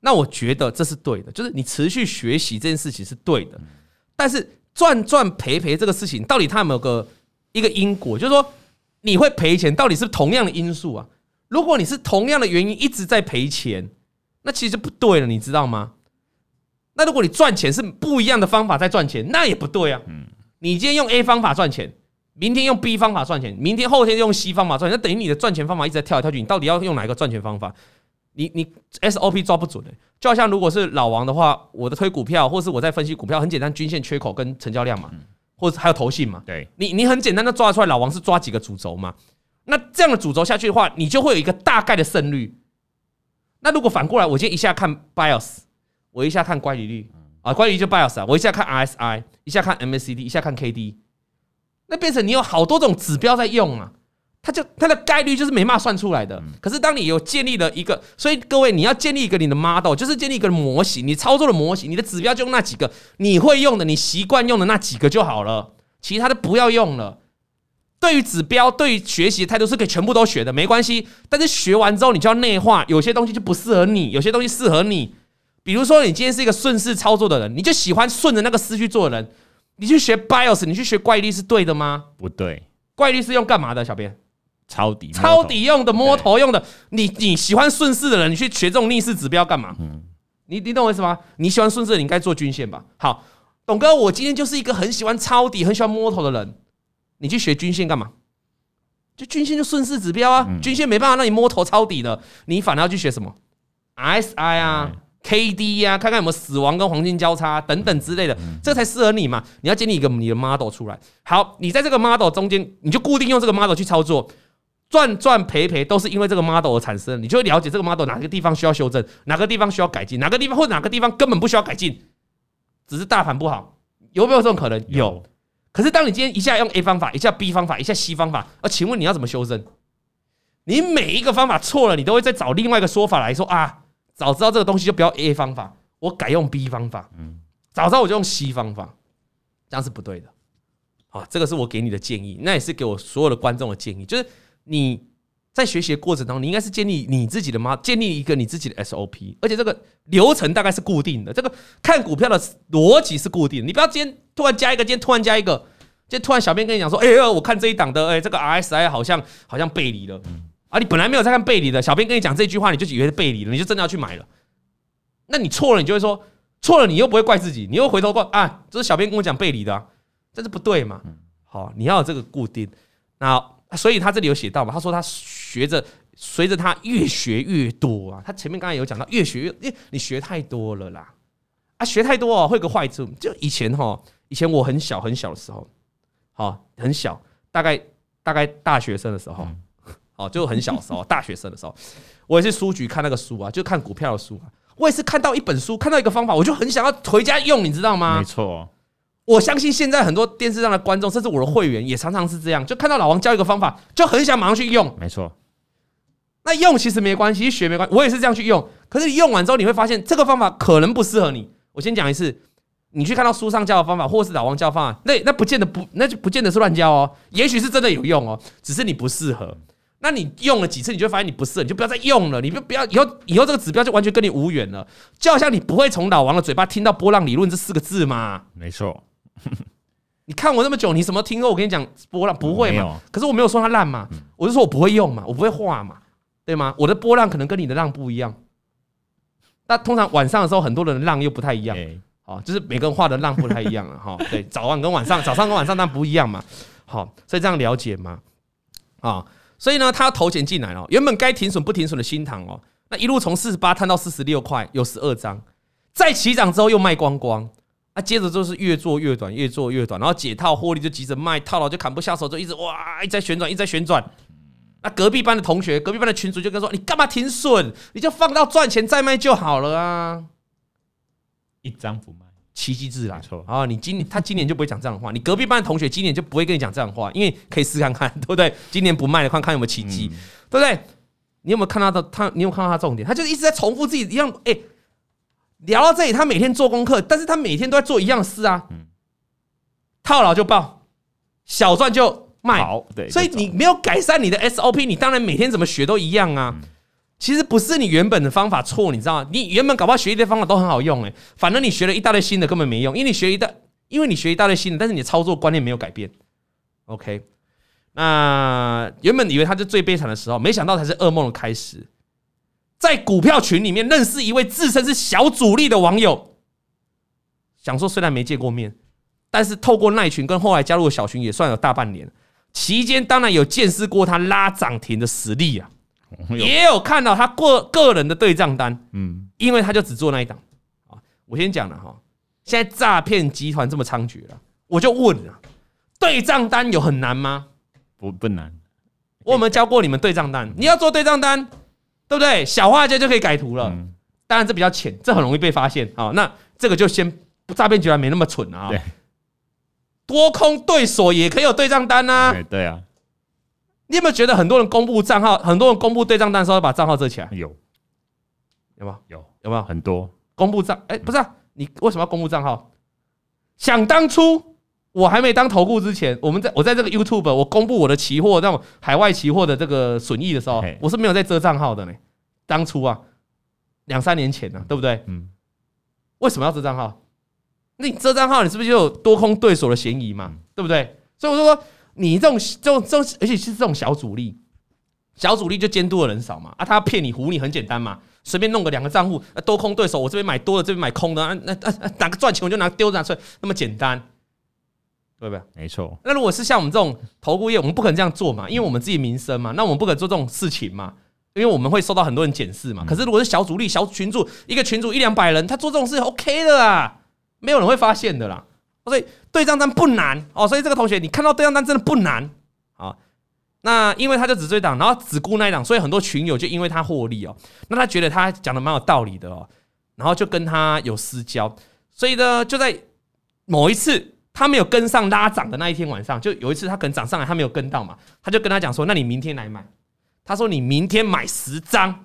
那我觉得这是对的，就是你持续学习这件事情是对的，但是赚赚赔赔这个事情，到底它有没有一个因果？就是说你会赔钱，到底是同样的因素啊？如果你是同样的原因一直在赔钱，那其实就不对了，你知道吗？那如果你赚钱是不一样的方法在赚钱，那也不对啊。你今天用 A 方法赚钱，明天用 B 方法赚钱，明天后天用 C 方法赚钱，那等于你的赚钱方法一直在跳来跳去，你到底要用哪一个赚钱方法？你 SOP 抓不准就好像如果是老王的话，我的推股票或是我在分析股票，很简单，均线、缺口跟成交量嘛，或者还有投信嘛。 对， 你很简单的抓得出来，老王是抓几个主轴嘛？那这样的主轴下去的话，你就会有一个大概的胜率。那如果反过来，我今天一下看 BIOS， 我一下看乖离率乖离率就 BIOS 啊，我一下看 RSI， 一下看 MACD， 一下看 KD， 那变成你有好多种指标在用啊。它的概率就是没办法算出来的。可是当你有建立了一个，所以各位你要建立一个你的 model， 就是建立一个模型，你操作的模型，你的指标就用那几个你会用的、你习惯用的那几个就好了，其他的不要用了。对于指标、对于学习的态度是可以全部都学的，没关系。但是学完之后你就要内化，有些东西就不适合你，有些东西适合你。比如说你今天是一个顺势操作的人，你就喜欢顺着那个思去做的人，你去学 BIOS， 你去学怪力是对的吗？ 不对， 怪力是用干嘛的？小编？ 抄底用的，摸头用的。你喜欢顺势的人，你去学这种逆势指标干嘛？你懂我意思吗？你喜欢顺势，你应该做均线吧？好，董哥，我今天就是一个很喜欢抄底、很喜欢摸头的人，你去学均线干嘛？就均线就顺势指标啊，均线没办法让你摸头抄底的，你反而要去学什么 RSI 啊、KD 啊，看看有没有死亡跟黄金交叉等等之类的，这才适合你嘛。你要建立一个你的 model 出来。好，你在这个 model 中间，你就固定用这个 model 去操作。赚赚赔赔都是因为这个 model 而产生，你就会了解这个 model 哪个地方需要修正，哪个地方需要改进，哪个地方或者哪个地方根本不需要改进，只是大盘不好，有没有这种可能？有。可是当你今天一下用 A 方法，一下 B 方法，一下 C 方法，请问你要怎么修正？你每一个方法错了，你都会再找另外一个说法来说啊，早知道这个东西就不要 A 方法，我改用 B 方法，早知道我就用 C 方法，这样是不对的。好，这个是我给你的建议，那也是给我所有的观众的建议，就是你在学习的过程当中，你应该是建立你自己的建立一个你自己的 SOP， 而且这个流程大概是固定的，这个看股票的逻辑是固定的，你不要今天突然加一个，今天突然加一个，今天突然小编跟你讲说，我看这一档的，这个 RSI 好像背离了，你本来没有在看背离的，小编跟你讲这句话，你就以为是背离了，你就真的要去买了，那你错了，你就会说错了，你又不会怪自己，你又回头怪这是小编跟我讲背离的这是不对嘛？好，你要有这个固定，那。所以他这里有写到嘛？他说他随着他越学越多啊。他前面刚才有讲到越学越，你学太多了啦学太多会有个坏处。就以前我很小的时候，很小，大概大学生的时候，就很小的时候，大学生的时候，我也是书局看那个书啊，就看股票的书啊。我也是看到一本书，看到一个方法，我就很想要回家用，你知道吗？ 没错。 我相信现在很多电视上的观众，甚至我的会员也常常是这样，就看到老王教一个方法，就很想马上去用。 没错， 那用其实没关系，学没关系，我也是这样去用。可是你用完之后，你会发现这个方法可能不适合你。我先讲一次，你去看到书上教的方法，或是老王教的方法，那就不见得是乱教哦，也许是真的有用哦，只是你不适合。那你用了几次，你就发现你不适合，你就不要再用了，你不要以后这个指标就完全跟你无缘了。就好像你不会从老王的嘴巴听到波浪理论这4个字嘛？ 没错。 你看我那么久，你什么听过我跟你讲波浪？不会嘛？可是我没有说它烂嘛，我就说我不会用嘛，我不会画嘛，对吗？我的波浪可能跟你的浪不一样。那通常晚上的时候，很多人的浪又不太一样，就是每个人画的浪不太一样了对，早上跟晚上当然不一样嘛。好，所以这样了解嘛。所以呢，他要投钱进来了，原本该停损不停损的新唐那一路从48摊到46块，有12张，再起涨之后又卖光光。接着就是越做越短，越做越短，然后解套获利就急着卖，套牢就砍不下手，就一直在旋转，一直在旋转。那隔壁班的同学、隔壁班的群主就跟说：“你干嘛停损？你就放到赚钱再卖就好了啊！” 一张不卖， 奇迹自然。 没错他今年就不会讲这样的话，你隔壁班的同学今年就不会跟你讲这样的话，因为可以试看看，对不对？今年不卖的看看有没有奇迹，对不对？你有没有看到他？你有看到他重点？他就是一直在重复自己一样，聊到这里，他每天做功课，但是他每天都在做一样的事啊。套牢就爆，小赚就卖。 对， 所以你没有改善你的 SOP， 你当然每天怎么学都一样啊。 其实不是你原本的方法错，你知道吗？你原本搞不好学一堆方法都很好用，反正你学了一大堆新的根本没用，因为你学一大堆新的，但是你的操作观念没有改变。OK， 那原本以为他是最悲惨的时候，没想到才是噩梦的开始。在股票群里面认识一位自称是小主力的网友，想说虽然没见过面，但是透过那群跟后来加入的小群也算有大半年，期间当然有见识过他拉涨停的实力啊，也有看到他个人的对账单，因为他就只做那一档。我先讲了哈，现在诈骗集团这么猖獗了，我就问了，对账单有很难吗？ 不难， 我有没有教过你们对账单？你要做对账单，对不对？小画家就可以改图了。当然这比较浅，这很容易被发现啊。那这个就先诈骗集团没那么蠢啊。多空对锁也可以有对账单啊。 对啊。 你有没有觉得很多人公布账号，很多人公布对账单的时候把账号遮起来？ 有没有？ 有没有？很多公布账，不是啊，你为什么要公布账号？想当初我还没当投顾之前，我在这个 YouTube 我公布我的期货那种海外期货的这个损益的时候，我是没有在遮账号的呢。当初啊，2-3年前呢，对不对？为什么要遮账号？那你遮账号，你是不是就有多空对手的嫌疑嘛？对不对？所以我说你这种，而且是这种小主力就监督的人少嘛，他要骗你唬你很简单嘛，随便弄个2个账户，多空对手，我这边买多的，这边买空的，哪个赚钱我就丢拿出来，那么简单，对不对？ 没错。 那如果是像我们这种投顾业，我们不可能这样做嘛，因为我们自己民生嘛，那我们不可能做这种事情嘛，因为我们会受到很多人检视嘛。可是如果是小主力、小群主，一个群主100-200人，他做这种事 OK 的啦，没有人会发现的啦。所以对账单不难哦，所以这个同学你看到对账单真的不难啊。那因为他就只追档，然后只顾那一档，所以很多群友就因为他获利哦，那他觉得他讲的蛮有道理的哦，然后就跟他有私交，所以呢，就在某一次他没有跟上拉涨的那一天晚上，就有一次他可能涨上来，他没有跟到嘛，他就跟他讲说：“那你明天来买。”他说：“你明天买10张。”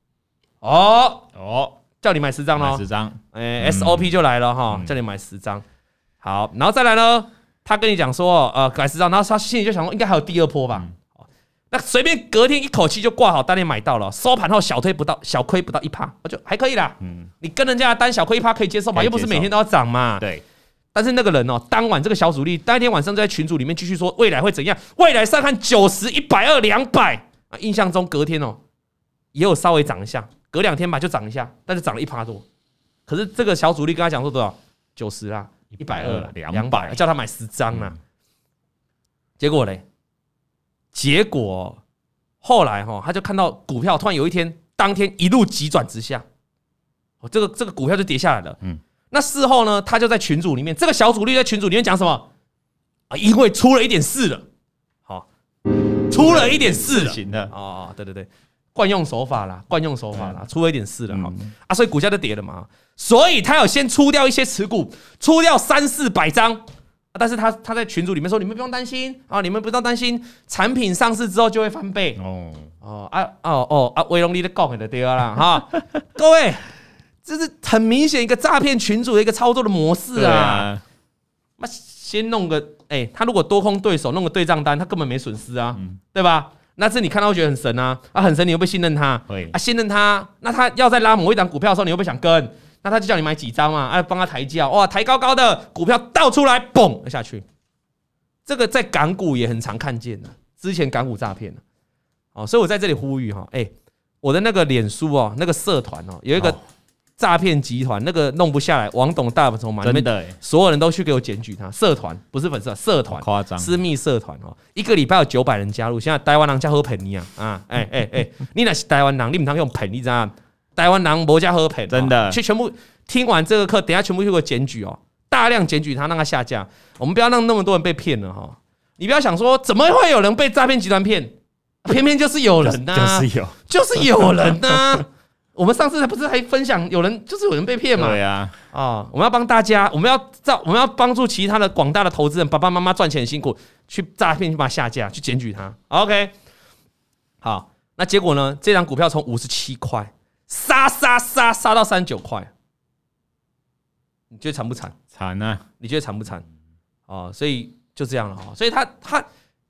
叫你买10张咯， 买10张 ，SOP 就来了哈，叫你买10张。好，然后再来呢，他跟你讲说，买10张，然后他心里就想说，应该还有第2波吧。那随便隔天一口气就挂好单，也买到了，收盘后小亏不到1%，就还可以啦。你跟人家的单小亏1%可以接受吧？又不是每天都要涨嘛。 对。 但是那个人哦，当晚这个小主力，当天晚上就在群组里面继续说未来会怎样，未来上看90、120、200啊。印象中隔天哦，也有稍微涨一下，隔2天吧就涨一下，但是涨了1%多。可是这个小主力跟他讲说多少？90啦，120啦，200，叫他买10张啦。结果后来他就看到股票突然有一天当天一路急转直下，这个股票就跌下来了。那事后呢，他就在群组里面，这个小主力在群组里面讲什么啊？因为出了一点事了，出了一点事了对，惯用手法啦，出了一点事了所以股价就跌了嘛。所以他有先出掉一些持股，出掉300-400张。但是他在群组里面说，你们不用担心啊，你们不用担心，产品上市之后就会翻倍。威龙你的讲的对啦哈，各位，这是很明显一个诈骗群组的一个操作的模式啊。先弄个他如果多空对手弄个对账单，他根本没损失啊，对吧？那是你看到会觉得很神啊，很神，你会不会信任他？信任他，那他要在拉某一档股票的时候，你会不会想跟？那他就叫你买几张嘛，帮他抬价，哇，抬高高的股票倒出来，嘣下去。这个在港股也很常看见的，之前港股诈骗所以我在这里呼吁我的那个脸书那个社团有一个诈骗集团，那个弄不下来，王董大本筹码，真的所有人都去给我检举他。社团不是粉丝，社团夸张，私密社团一个礼拜有900人加入。现在台湾人叫好骗你啊你那是台湾人，你不能用骗，你知道？台湾人没加喝赔，真的，去全部听完这个课，等一下全部去给我检举大量检举他，让他下架。我们不要让那么多人被骗了你不要想说怎么会有人被诈骗集团骗，偏偏就是有人就是有人我们上次不是还分享有人被骗嘛？对啊，我们要帮大家，我们要帮助其他的广大的投资人，爸爸妈妈赚钱很辛苦，去诈骗去把他下架，去检举他。OK， 好，那结果呢？这张股票从57块。杀到39块，你觉得惨不惨？ 惨啊！ 你觉得惨不惨？所以就这样了所以他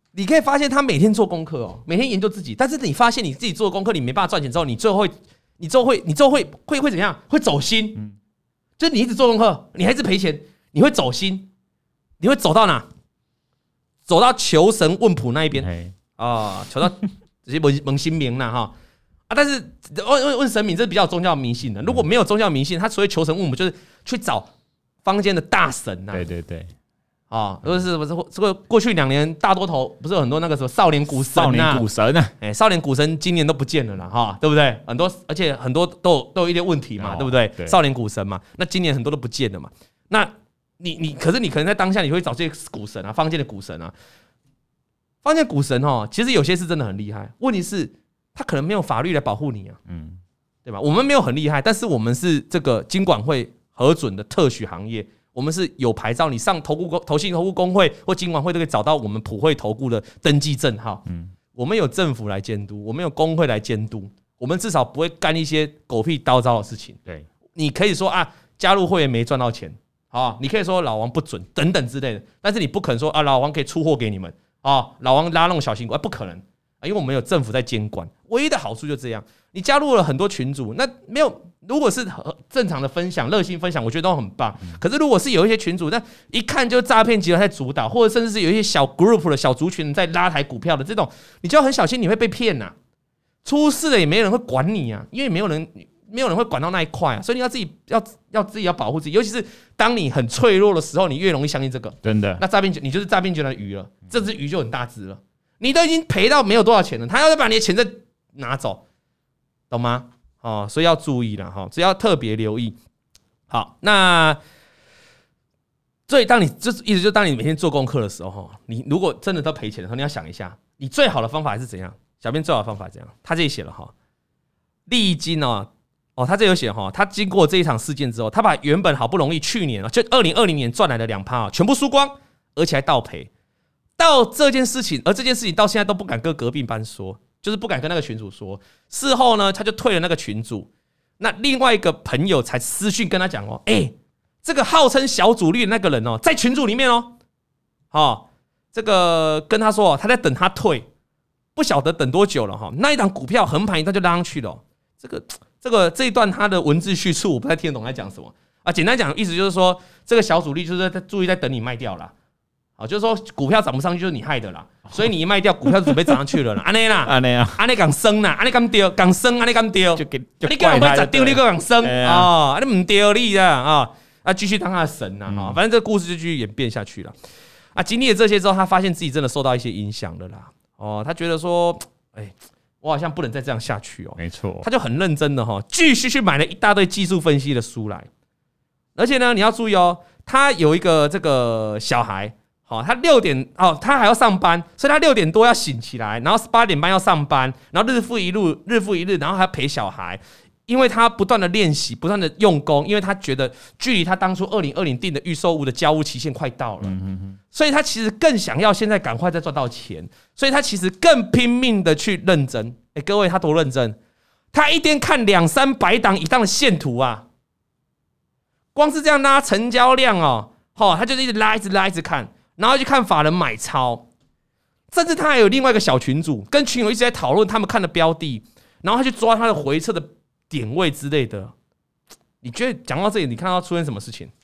你可以发现他每天做功课哦，每天研究自己，但是你发现你自己做的功课你没办法赚钱之后，你最后会怎样？会走心。就是你一直做功课，你还是赔钱，你会走心，你会走到哪？走到求神问卜那一边啊，求到这些蒙心明啦哈啊！但是问神明，这是比较宗教迷信的。如果没有宗教迷信，他所谓求神问卜就是去找坊间的大神呐。 对。 啊，就是这个过去2年大多头不是有很多那个什么少年股神少年股神今年都不见了啦哈，对不对？很多而且很多都有一些问题嘛，对不对？少年股神嘛，那今年很多都不见了嘛。那可是你可能在当下你会找这些股神啊，坊间的股神啊，坊间股神哦，其实有些是真的很厉害，问题是他可能没有法律来保护你啊，对吧？我们没有很厉害，但是我们是这个金管会核准的特许行业。我们是有牌照，你上投信投顾公会或金管会都可以找到我们普惠投顾的登记证号。我们有政府来监督，我们有工会来监督，我们至少不会干一些狗屁叨糟的事情。对，你可以说啊，加入会员没赚到钱，你可以说老王不准等等之类的，但是你不可能说啊，老王可以出货给你们老王拉那种小型股，不可能因为我们有政府在监管。唯一的好处就这样，你加入了很多群组，那没有。如果是正常的分享、热心分享，我觉得都很棒。可是如果是有一些群组，那一看就诈骗集团在主导，或者甚至是有一些小 group 的小族群在拉抬股票的这种，你就要很小心，你会被骗呐。出事了也没人会管你啊，因为没有人会管到那一块啊，所以你要自己要保护自己，尤其是当你很脆弱的时候，你越容易相信这个。真的，那你就是诈骗集团的鱼了，这只鱼就很大只了，你都已经赔到没有多少钱了，他要再把你的钱再拿走，懂吗？所以要注意了哈，这要特别留意。好，那所以当你每天做功课的时候，你如果真的都赔钱的时候，你要想一下，你最好的方法还是怎样？小编最好的方法怎样？他这里写了哈，历经他这里有写哈，他经过这一场事件之后，他把原本好不容易去年就2020年赚来的2%全部输光，而且还倒赔。而这件事情到现在都不敢跟隔壁班说。就是不敢跟那个群主说，事后呢，他就退了那个群主。那另外一个朋友才私讯跟他讲这个号称小主力的那个人在群组里面这个跟他说他在等他退，不晓得等多久了那一档股票横盘一段就拉上去了。这一段他的文字叙述我不太听得懂他讲什么啊。简单讲，意思就是说这个小主力就是在注意在等你卖掉啦。就是说股票涨不上去就是你害的啦，所以你一卖掉，股票就准备涨上去了啦。安尼敢升啦，安尼敢丢，敢升安尼敢丢，你敢会砸丢你个敢升你唔丢你啦继续当他的神啦反正这个故事就继续演变下去了经历了这些之后，他发现自己真的受到一些影响了啦他觉得说，我好像不能再这样下去没错， 他就很认真的继续去买了一大堆技术分析的书来，而且呢，你要注意他有一个这个小孩。他6点他还要上班，所以他6点多要醒起来，然后8点半要上班，然后日复一日，然后还要陪小孩，因为他不断的练习，不断的用功，因为他觉得距离他当初2020定的预售屋的交屋期限快到了，所以他其实更想要现在赶快再赚到钱，所以他其实更拼命的去认真。各位，他多认真，他一天看200-300档以上的线图啊，光是这样拉成交量他就一直拉一直看。然后去看法人买超，甚至他还有另外一个小群组，跟群友一直在讨论他们看的标的，然后他去抓他的回撤的点位之类的。你觉得讲到这里，你看到出现什么事情？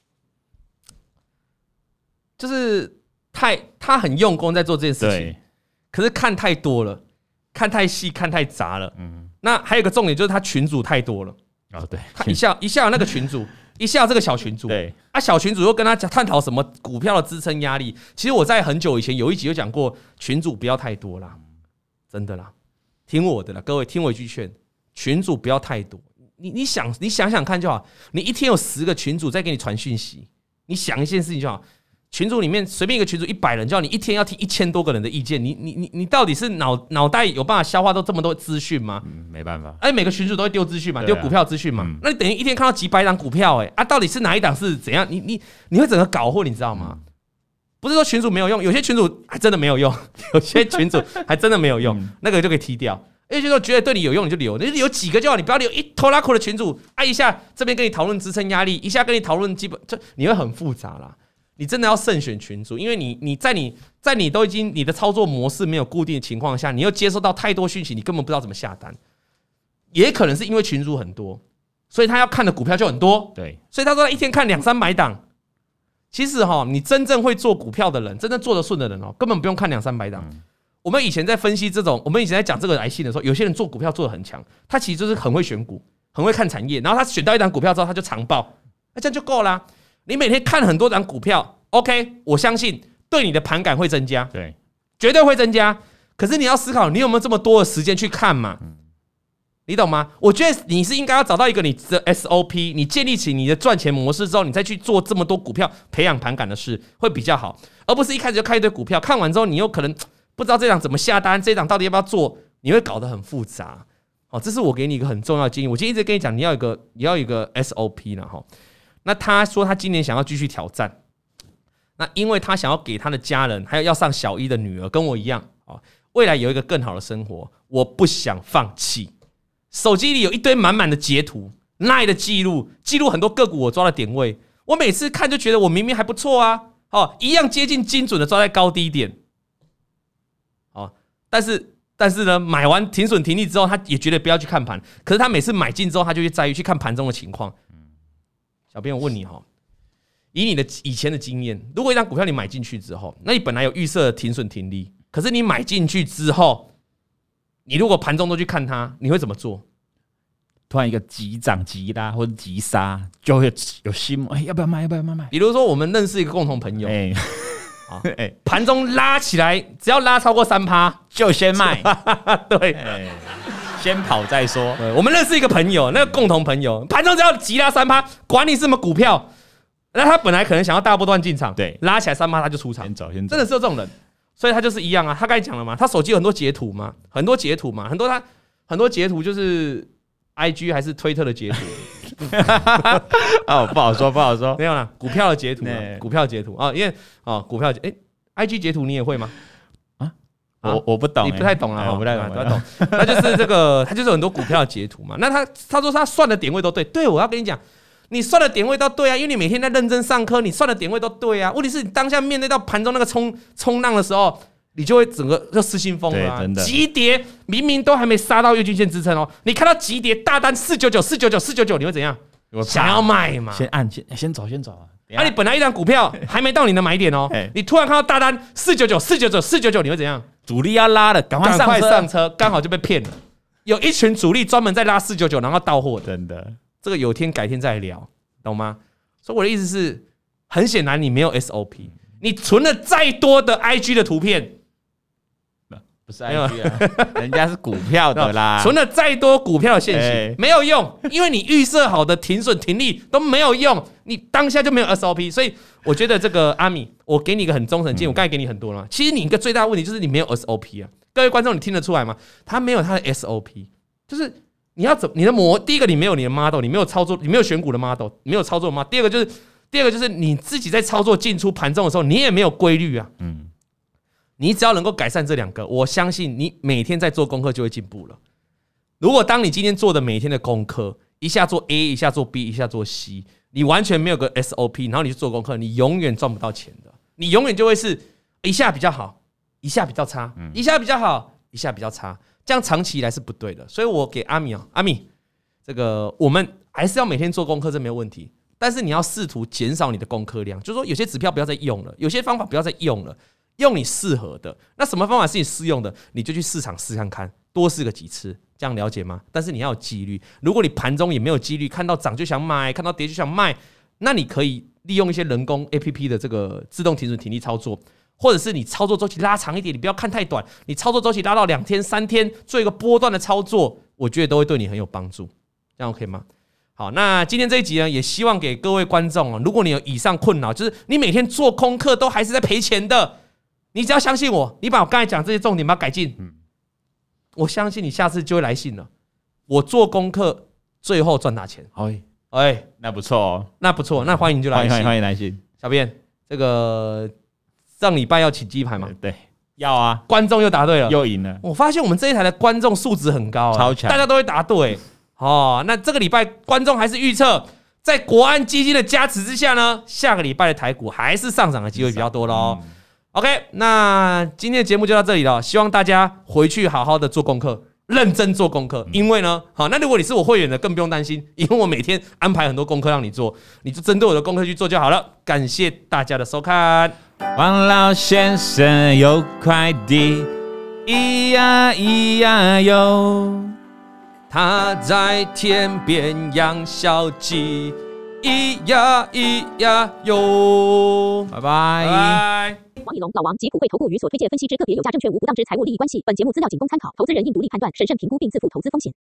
就是他很用功在做这件事情，可是看太多了，看太细，看太杂了。那还有一个重点就是他群组太多了。 对， 他一下有那个群组。一下这个小群组，小群组又跟他探讨什么股票的支撑压力。其实我在很久以前有一集有讲过，群组不要太多啦，真的啦，听我的啦，各位听我一句劝，群组不要太多。你想想看就好，你一天有10个群组在给你传讯息，你想一件事情就好。群组里面随便一个群组100人，叫你一天要听1000多个人的意见，你到底是脑袋有办法消化到这么多资讯吗？ 没办法。 每个群组都会丢资讯嘛，丢股票资讯嘛，那你等于一天看到几百档股票，到底是哪一档是怎样？你会整个搞混，你知道吗？不是说群组没有用，有些群组还真的没有用，有些群组还真的没有用，那个就可以踢掉。有些时候觉得对你有用你就留，你有几个就好，你不要留一拖拉库的群组，一下这边跟你讨论支撑压力，一下跟你讨论基本，就你会很复杂啦。 你真的要慎选群组，因为你在你都已经你的操作模式没有固定的情况下，你又接收到太多讯息，你根本不知道怎么下单。也可能是因为群组很多，所以他要看的股票就很多。 对， 所以他说他一天看200-300档。其实你真正会做股票的人，真正做得顺的人根本不用看200-300档。我们以前在分析这种，我们以前在讲这个来信的时候，有些人做股票做得很强，他其实就是很会选股，很会看产业，然后他选到一档股票之后，他就长报，那这样就够啦。你每天看很多档股票 ，OK， 我相信对你的盘感会增加， 对， 绝对会增加。可是你要思考，你有没有这么多的时间去看嘛？你懂吗？我觉得你是应该要找到一个你的 SOP， 你建立起你的赚钱模式之后，你再去做这么多股票培养盘感的事会比较好，而不是一开始就开一堆股票，看完之后你又可能不知道这档怎么下单，这档到底要不要做，你会搞得很复杂。这是我给你一个很重要的建议。我今天一直跟你讲，你要有一个 SOP 啦。那他说他今年想要继续挑战，那因为他想要给他的家人，还有要上小一的女儿，跟我一样未来有一个更好的生活，我不想放弃。手机里有一堆满满的截图 ，LINE 的记录很多个股我抓的点位，我每次看就觉得我明明还不错啊，一样接近精准的抓在高低点，但是呢，买完停损停利之后，他也觉得不要去看盘，可是他每次买进之后，他就去在意去看盘中的情况。小编，我问你以你的以前的经验，如果一张股票你买进去之后，那你本来有预设的停损停利，可是你买进去之后，你如果盘中都去看它，你会怎么做？ 突然一个急涨急拉或者急杀，就会有心要不要卖？ 比如说我们认识一个共同朋友，盘中拉起来，只要拉超过3% 就先卖， 对， 先跑再说。 我们认识一个朋友，那个共同朋友，盘中只要急拉3%，管你是什么股票，那他本来可能想要大波段进场，对，拉起来3%他就出场， 先走， 真的是有这种人，所以他就是一样啊。他刚才讲了嘛，他手机有很多截图嘛，很多截图就是 IG 还是推特的截图。 不好说， 没有啦，股票的截图因为股票IG 截图你也会吗？ 我不懂， 你不太懂啊， 我不太懂。 那就是这个，他就是很多股票的截图嘛。那他说他算的点位都对，对，我要跟你讲，你算的点位都对啊，因为你每天在认真上课，你算的点位都对啊。问题是你当下面对到盘中那个冲浪的时候，你就会整个就失心疯了啊！急跌明明都还没杀到月均线支撑你看到急跌大单499，你会怎样？想要卖嘛？ 先走啊！ 你本来一张股票还没到你的买点你突然看到大单499，你会怎样？ 主力要拉了，赶快上车，刚好就被骗了。有一群主力专门在拉499，然后到货的， 真的， 这个有天改天再聊，懂吗？所以我的意思是，很显然你没有 SOP， 你存了再多的 IG 的图片。 不是 IG 啊，人家是股票的啦。 存了再多股票的线型没有用，因为你预设好的停损停利都没有用，你当下就没有 SOP。所以我觉得这个阿米，我给你一个很忠诚建议，我刚才给你很多了嘛。其实你一个最大的问题就是你没有 SOP 啊，各位观众你听得出来吗？他没有他的 SOP， 就是你要你的第一个你没有你的 model， 你没有操作，你没有选股的 model， 没有操作的 model。第二个就是你自己在操作进出盘中的时候，你也没有规律啊。你只要能够改善这2个，我相信你每天在做功课就会进步了。如果当你今天做的每天的功课，一下做 A， 一下做 B， 一下做 C， 你完全没有个 SOP， 然后你去做功课，你永远赚不到钱的。你永远就会是一下比较好，一下比较差，一下比较好，一下比较差，这样长期以来是不对的。所以我给阿米，这个我们还是要每天做功课，这没有问题。但是你要试图减少你的功课量，就是说有些指标不要再用了，有些方法不要再用了。用你适合的，那什么方法是你适用的，你就去市场试看看，多试个几次，这样了解吗？但是你要有纪律，如果你盘中也没有纪律，看到涨就想买，看到跌就想卖，那你可以利用一些人工 APP 的这个自动停损停利操作，或者是你操作周期拉长一点，你不要看太短，你操作周期拉到2天3天，做一个波段的操作，我觉得都会对你很有帮助，这样 OK 吗？好，那今天这一集呢，也希望给各位观众如果你有以上困扰，就是你每天做功课都还是在赔钱的，你只要相信我，你把我刚才讲这些重点把它改进，我相信你下次就会来信了。我做功课，最后赚大钱。 那不错哦， 那欢迎就来信， 欢迎来信。 小编，这个上礼拜要请鸡排吗？ 对，要啊。 观众又答对了， 又赢了。 我发现我们这一台的观众素质很高， 超强， 大家都会答对。那这个礼拜观众还是预测在国安基金的加持之下呢，下个礼拜的台股还是上涨的机会比较多咯。OK， 那今天的节目就到这里了，希望大家回去好好的做功课，认真做功课。因为呢，好，那如果你是我会员的，更不用担心，因为我每天安排很多功课让你做，你就针对我的功课去做就好了。感谢大家的收看。 王老先生有快递，咿呀咿呀哟， 他在田边养小鸡，咿呀咿呀哟。拜拜。拜拜。 王以龙、老王及普惠投顾与所推荐分析之个别有价证券无不当之财务利益关系。本节目资料仅供参考，投资人应独立判断、审慎评估并自负投资风险。